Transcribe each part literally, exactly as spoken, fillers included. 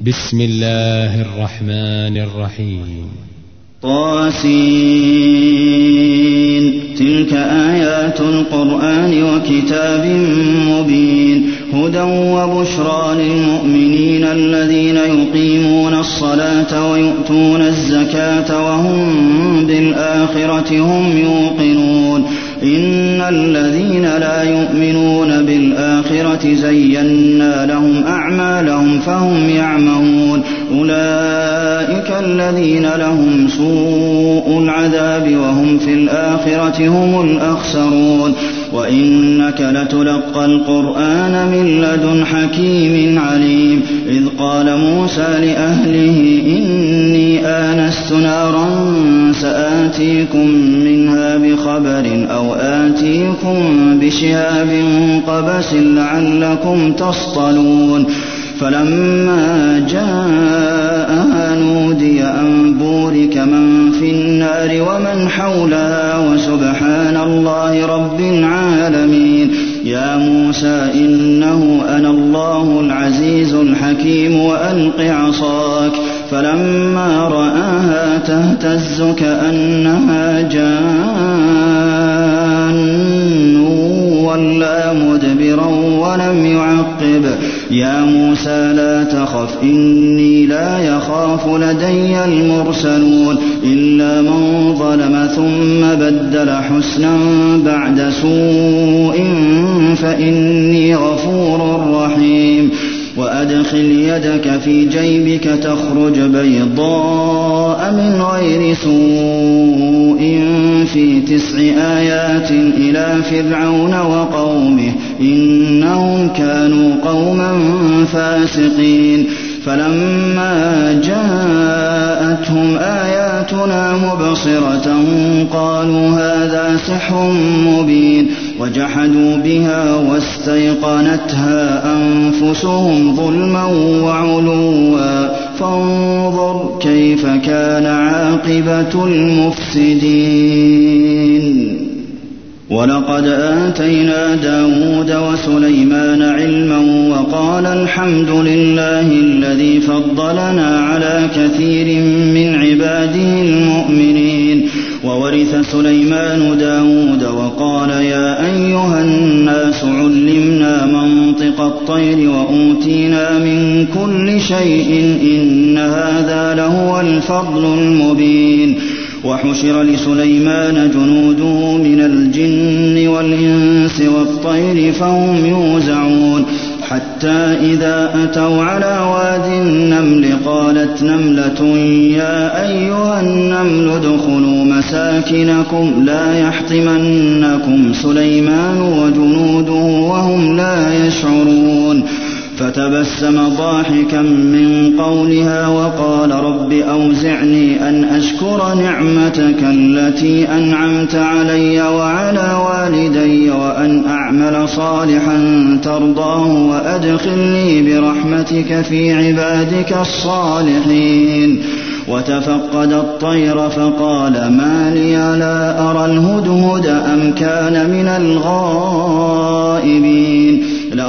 بسم الله الرحمن الرحيم. طاسين. تلك آيات القرآن وكتاب مبين هدى وبشرى للمؤمنين الذين يقيمون الصلاة ويؤتون الزكاة وهم بالآخرة هم يوقنون. إن الذين لا يؤمنون بالآخرة زينا لهم أعمالهم فهم يعمهون. أولئك الذين لهم سوء العذاب وهم في الآخرة هم الأخسرون. وإنك لتلقى القرآن من لدن حكيم عليم. إذ قال موسى لأهله إني آنست نارا سآتيكم منها بخبر أو آتيكم بشهاب قبس لعلكم تصطلون. فلما جاءها نودي أن بورك من في النار ومن حولها وسبحان الله رب العالمين. يا موسى إنه أنا الله العزيز الحكيم وألق عصاك. فلما رآها تهتز كأنها جان ولا مدبرا ولم يعقب. يا موسى لا تخف إني لا يخاف لدي المرسلون. إلا من ظلم ثم بدل حسنا بعد سوء فإني غفور رحيم. وأدخل يدك في جيبك تخرج بيضاء من غير سوء في تسع آيات إلى فرعون وقومه إنهم كانوا قوما فاسقين. فلما جاءتهم آياتنا مبصرة قالوا هذا سحر مبين. وجحدوا بها واستيقنتها أنفسهم ظلما وعلوا فانظر كيف كان عاقبة المفسدين. ولقد آتينا داود وسليمان علما وقال الحمد لله الذي فضلنا على كثير من عباده المؤمنين. وورث سليمان داود وقال يا أيها الناس علمنا منطق الطير وأوتينا من كل شيء إن هذا لهو الفضل المبين. وحشر لسليمان جنوده من الجن والإنس والطير فهم يوزعون. حتى إذا أتوا على واد النمل قالت نملة يا أيها النمل ادخلوا مساكنكم لا يحطمنكم سليمان وجنوده وهم لا يشعرون. فتبسم ضاحكا من قولها وقال رب أوزعني أن أشكر نعمتك التي أنعمت علي وعلى والدي وأن أعمل صالحا ترضاه وأدخلني برحمتك في عبادك الصالحين. وتفقد الطير فقال ما لي لا أرى الهدهد أم كان من الغائبين.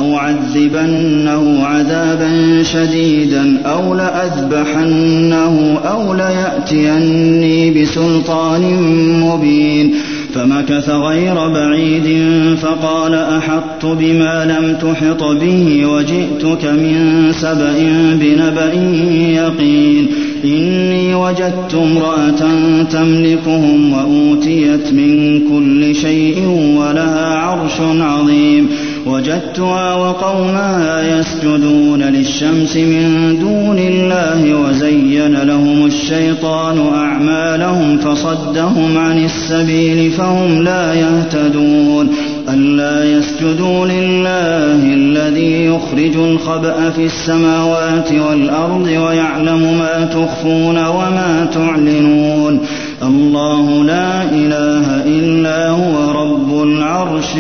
لأعذبنه عذابا شديدا أو لأذبحنه أو ليأتيني بسلطان مبين. فمكث غير بعيد فقال أحطت بما لم تحط به وجئتك من سبأ بنبأ يقين. إني وجدت امرأة تملكهم وأوتيت من كل شيء ولها عرش عظيم. وجدتها وقومها يسجدون للشمس من دون الله وزين لهم الشيطان أعمالهم فصدهم عن السبيل فهم لا يهتدون. ألا يسجدوا لله الذي يخرج الخبأ في السماوات والأرض ويعلم ما تخفون وما تعلنون. الله لا إله إلا هو رب العرش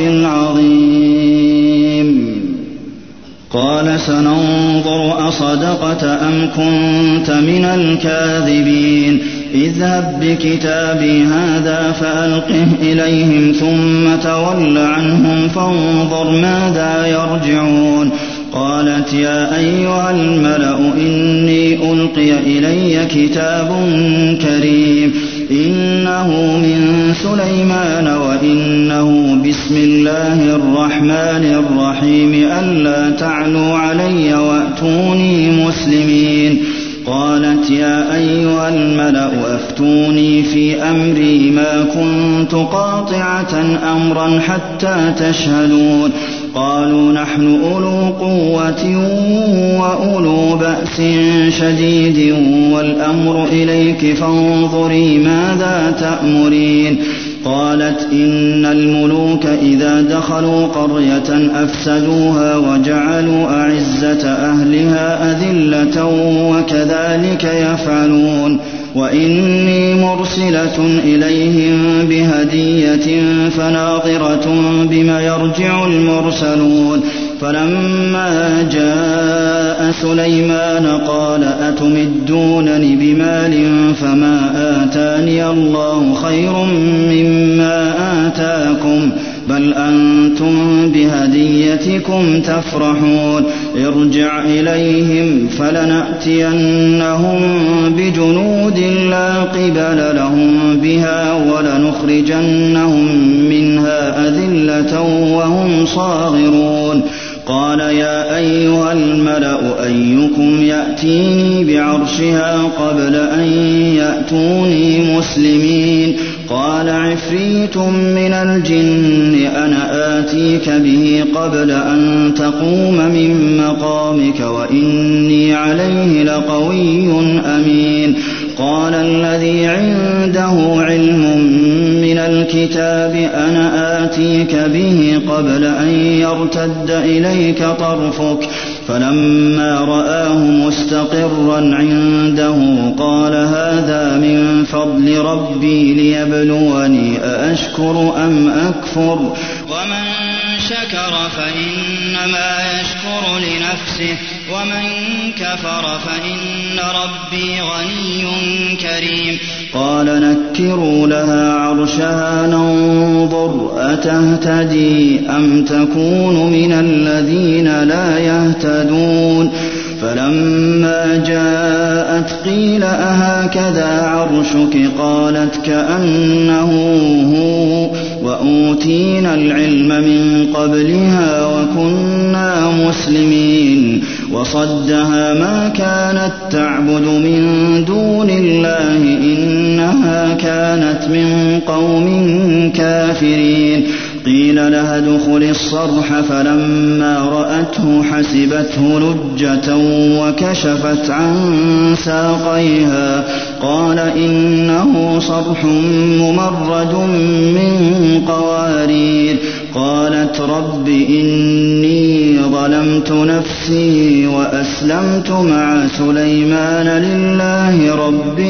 العظيم. قال سننظر أصدقت أم كنت من الكاذبين. اذهب بكتابي هذا فألقه إليهم ثم تول عنهم فانظر ماذا يرجعون. قالت يا أيها الملأ إني ألقي إلي كتاب كريم إنه من سليمان وإنه بسم الله الرحمن الرحيم ألا تعلوا علي وأتوني مسلمين قالت يا أيها الملأ أفتوني في أمري ما كنت قاطعة أمرا حتى تشهدون قالوا نحن أولو قوة وأولو بأس شديد والأمر إليك فانظري ماذا تأمرين قالت إن الملوك إذا دخلوا قرية أفسدوها وجعلوا أعزة أهلها أذلة وكذلك يفعلون وإني مرسلة إليهم بهدية فناظرة بما يرجع المرسلون فلما جاء سليمان قال أتمدونني بمال فما آتاني الله خير مما آتاكم بل أنتم بهديتكم تفرحون ارجع إليهم فلنأتينهم بجنود لا قبل لهم بها ولنخرجنهم منها أذلة وهم صاغرون قال يا أيها الملأ أيكم يأتيني بعرشها قبل أن يأتوني مسلمين قال عفريت من الجن أنا آتيك به قبل أن تقوم من مقامك وإني عليه لقوي أمين قال الذي عنده علم من الكتاب أنا آتيك به قبل أن يرتد إليك طرفك فلما رآه مستقرا عنده قال هذا من فضل ربي ليبلوني أأشكر أم أكفر ومن شكر فإنما يشكر لنفسه ومن كفر فإن ربي غني كريم قال نكروا لها عرشها ننظر أتهتدي أم تكون من الذين لا يهتدون فلما جاءت قيل أهكذا عرشك قالت كأنه هو وأوتينا العلم من قبلها وكنا مسلمين وصدها ما كانت تعبد من دون الله إنها كانت من قوم كافرين قيل لها ادخل الصرح فلما رأته حسبته لجة وكشفت عن ساقيها قال إنه صرح ممرد من قوارير قالت رب إني ظلمت نفسي وأسلمت مع سليمان لله رب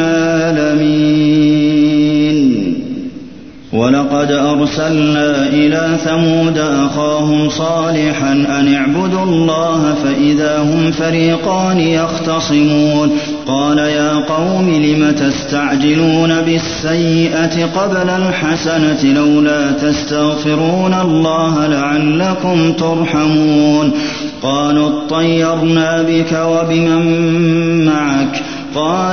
العالمين ولقد أرسلنا إلى ثمود أخاهم صالحا أن اعبدوا الله فإذا هم فريقان يختصمون قال يا قوم لم تستعجلون بالسيئة قبل الحسنة لولا تستغفرون الله لعلكم ترحمون قالوا اطيرنا بك وبمن معك قال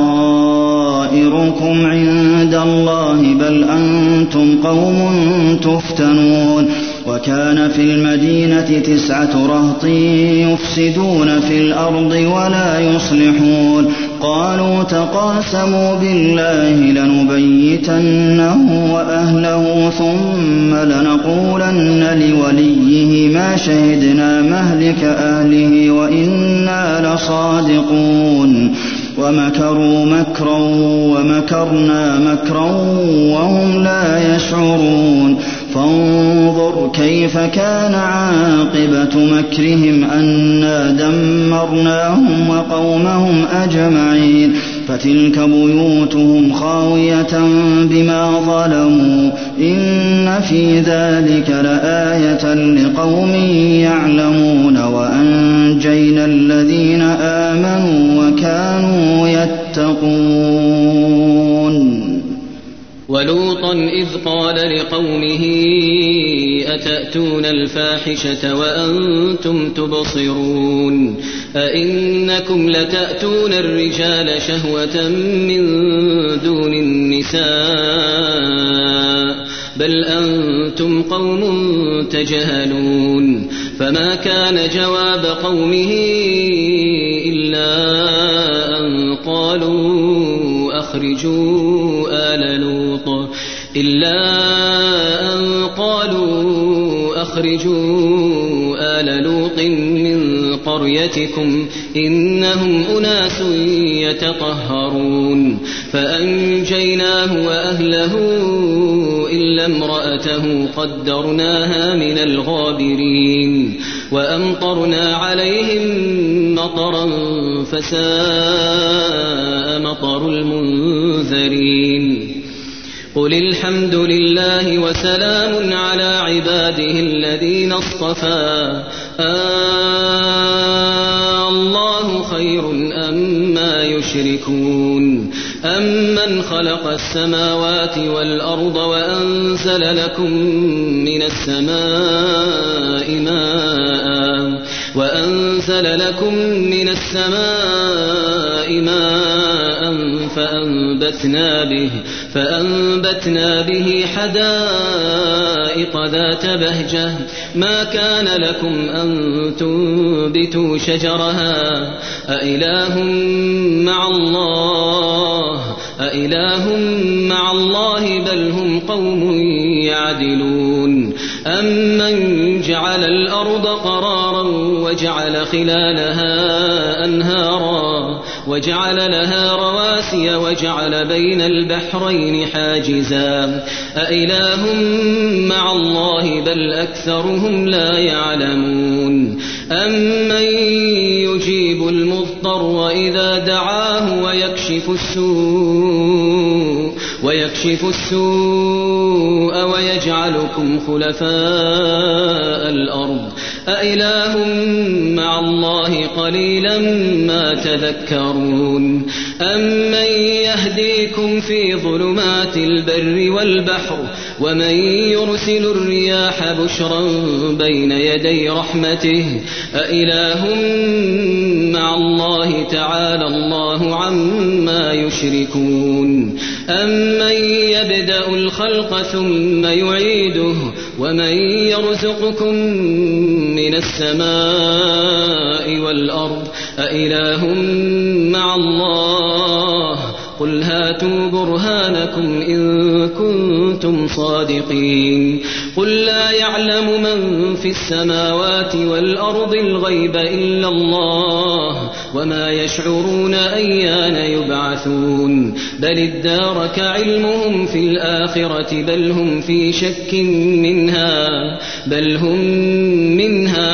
طائركم عند الله بل أنتم قوم تفتنون وكان في المدينة تسعة رهط يفسدون في الأرض ولا يصلحون قالوا تقاسموا بالله لنبيتنه وأهله ثم لنقولن لوليه ما شهدنا مهلك أهله وإنا لصادقون ومكروا مكرا ومكرنا مكرا وهم لا يشعرون فانظر كيف كان عاقبة مكرهم أنا دمرناهم وقومهم أجمعين فتلك بيوتهم خاوية بما ظلموا إن في ذلك لآية لقوم يعلمون وأنجينا الذين آمنوا وكانوا يتقون ولوطا إذ قال لقومه أتأتون الفاحشة وأنتم تبصرون أئنكم لتأتون الرجال شهوة من دون النساء بل أنتم قوم تجهلون فما كان جواب قومه إلا أن قالوا أخرجوا آل لوط إلا أن قالوا أخرجوا آل لوط من قريتكم إنهم أناس يتطهرون فأنجيناه وأهله إلا امرأته قدرناها من الغابرين وأمطرنا عليهم مطرا فساء مطر المنذرين قل الحمد لله وسلام على عباده الذين اصطفى آه الله خير أما يشركون أمن خلق السماوات والأرض وأنزل لكم من السماء ماء وأنزل لكم من السماء ماء فأنبتنا به فأنبتنا به حدائق ذات بهجة ما كان لكم أن تنبتوا شجرها أإله مع الله أإله مع الله بل هم قوم يعدلون أمن جعل الأرض قرارا وجعل خلالها أنهارا وجعل لها رواسي وجعل بين البحرين حاجزا أإله مع الله بل أكثرهم لا يعلمون أمن يجيب المضطر إذا دعاه ويكشف السوء ويكشف السوء ويجعلكم خلفاء الأرض أإله مع الله قليلا ما تذكرون أمن يهديكم في ظلمات البر والبحر ومن يرسل الرياح بشرا بين يدي رحمته أإله مع الله تعالى الله عما يشركون أمن يبدأ الخلق ثم يعيده ومن يرزقكم من السماء والأرض أإله مع الله قل هاتوا برهانكم إن كنتم صادقين قل لا يعلم من في السماوات والأرض الغيب إلا الله وما يشعرون أيان يبعثون بل ادارك علمهم في الآخرة بل هم في شك منها بل هم منها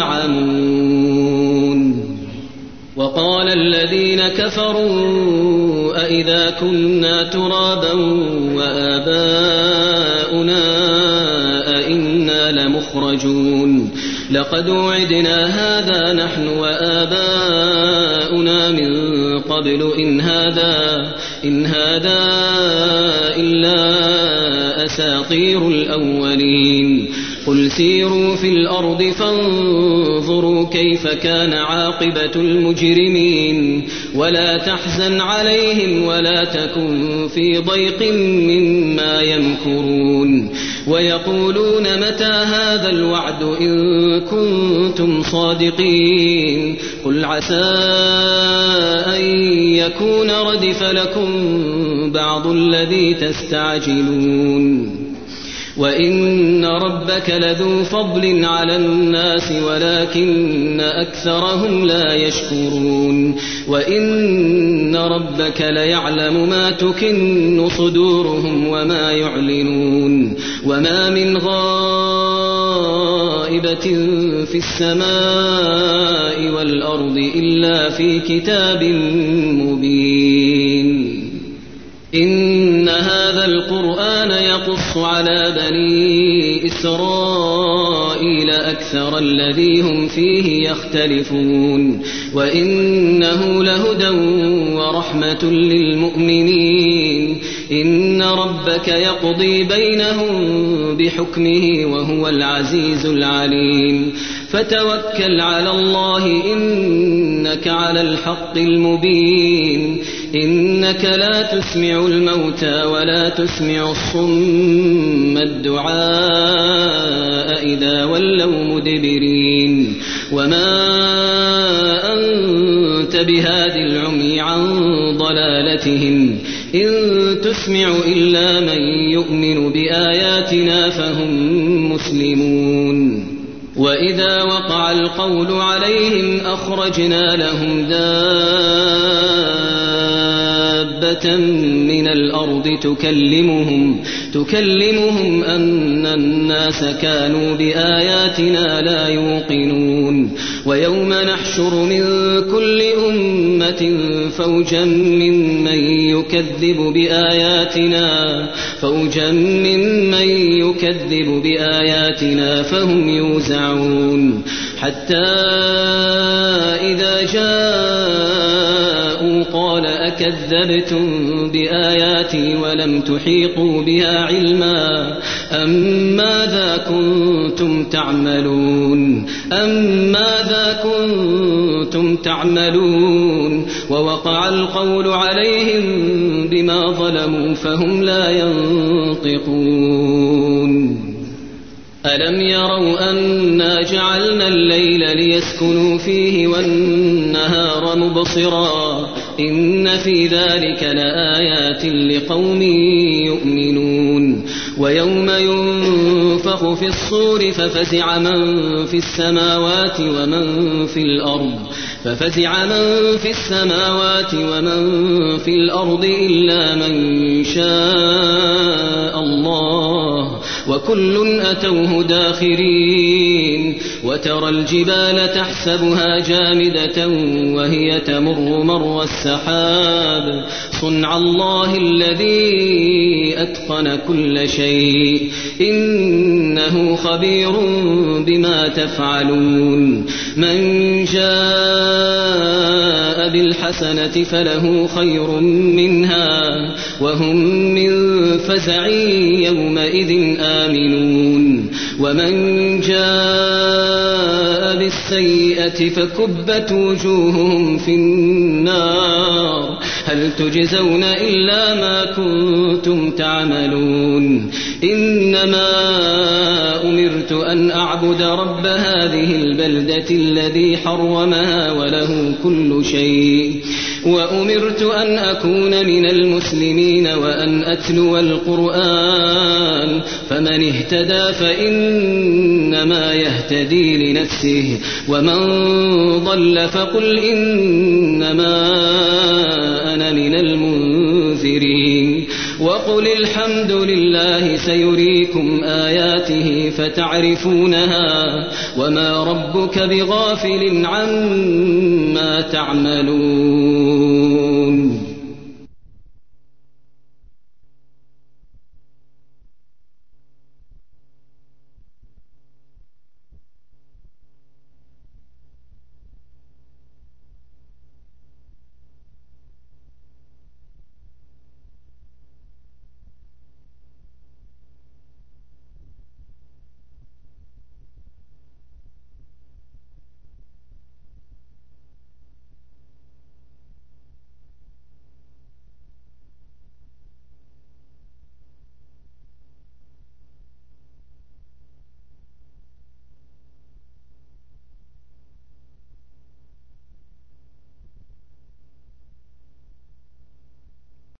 عمون وقال الذين كفروا أئذا كنا ترابا وآباؤنا أئنا لمخرجون لقد وعدنا هذا نحن وآباؤنا من قبل إن هذا إن هذا إلا أساطير الأولين قل سيروا في الأرض فانظروا كيف كان عاقبة المجرمين ولا تحزن عليهم ولا تكن في ضيق مما يمكرون ويقولون متى هذا الوعد إن كنتم صادقين قل عسى أن يكون ردف لكم بعض الذي تستعجلون وإن ربك لذو فضل على الناس ولكن أكثرهم لا يشكرون وإن ربك ليعلم ما تكن صدورهم وما يعلنون وما من غائبة في السماء والأرض إلا في كتاب مبين إن هذا القرآن يقص على بني إسرائيل أكثر الذي هم فيه يختلفون وإنه لهدى ورحمة للمؤمنين إن ربك يقضي بينهم بحكمه وهو العزيز العليم فتوكل على الله إنك على الحق المبين إنك لا تسمع الموتى ولا تسمع الصم الدعاء إذا ولوا مدبرين وما أنت بهاد العمي عن ضلالتهم إن تسمع إلا من يؤمن بآياتنا فهم مسلمون وإذا وقع القول عليهم أخرجنا لهم دابة من الأرض تكلمهم تكلمهم أن الناس كانوا بآياتنا لا يوقنون ويوم نحشر من كل أمة فوجا ممن يكذب بآياتنا فوجا ممن يكذب بآياتنا فهم يوزعون حتى إذا جاءوا قال أكذبتم بآياتي ولم تحيطوا بها علما أم ماذا كنتم تعملون أم ماذا كنتم تعملون ووقع القول عليهم بما ظلموا فهم لا ينطقون ألم يروا أنا جعلنا الليل ليسكنوا فيه والنهار مبصرا إن في ذلك لآيات لقوم يؤمنون ويوم ينفخ في الصور ففزع من في السماوات ومن في الأرض ففزع من في السماوات ومن في الأرض إلا من شاء الله وكل أتوه داخرين وترى الجبال تحسبها جامدة وهي تمر مر السحاب صنع الله الذي أتقن كل شيء إنه خبير بما تفعلون من جاء بالحسنة فله خير منها وهم من فزع يومئذ آمنون ومن جاء بالسيئة فكبت وجوههم في النار هل تجزون إلا ما كنتم تعملون إنما أمرت أن أعبد رب هذه البلدة الذي حرمها وله كل شيء وأمرت أن أكون من المسلمين وأن أتلو القرآن فمن اهتدى فإنما يهتدي لنفسه ومن ضل فقل إنما أنا من المنذرين وقل الحمد لله سيريكم آياته فتعرفونها وما ربك بغافل عما تعملون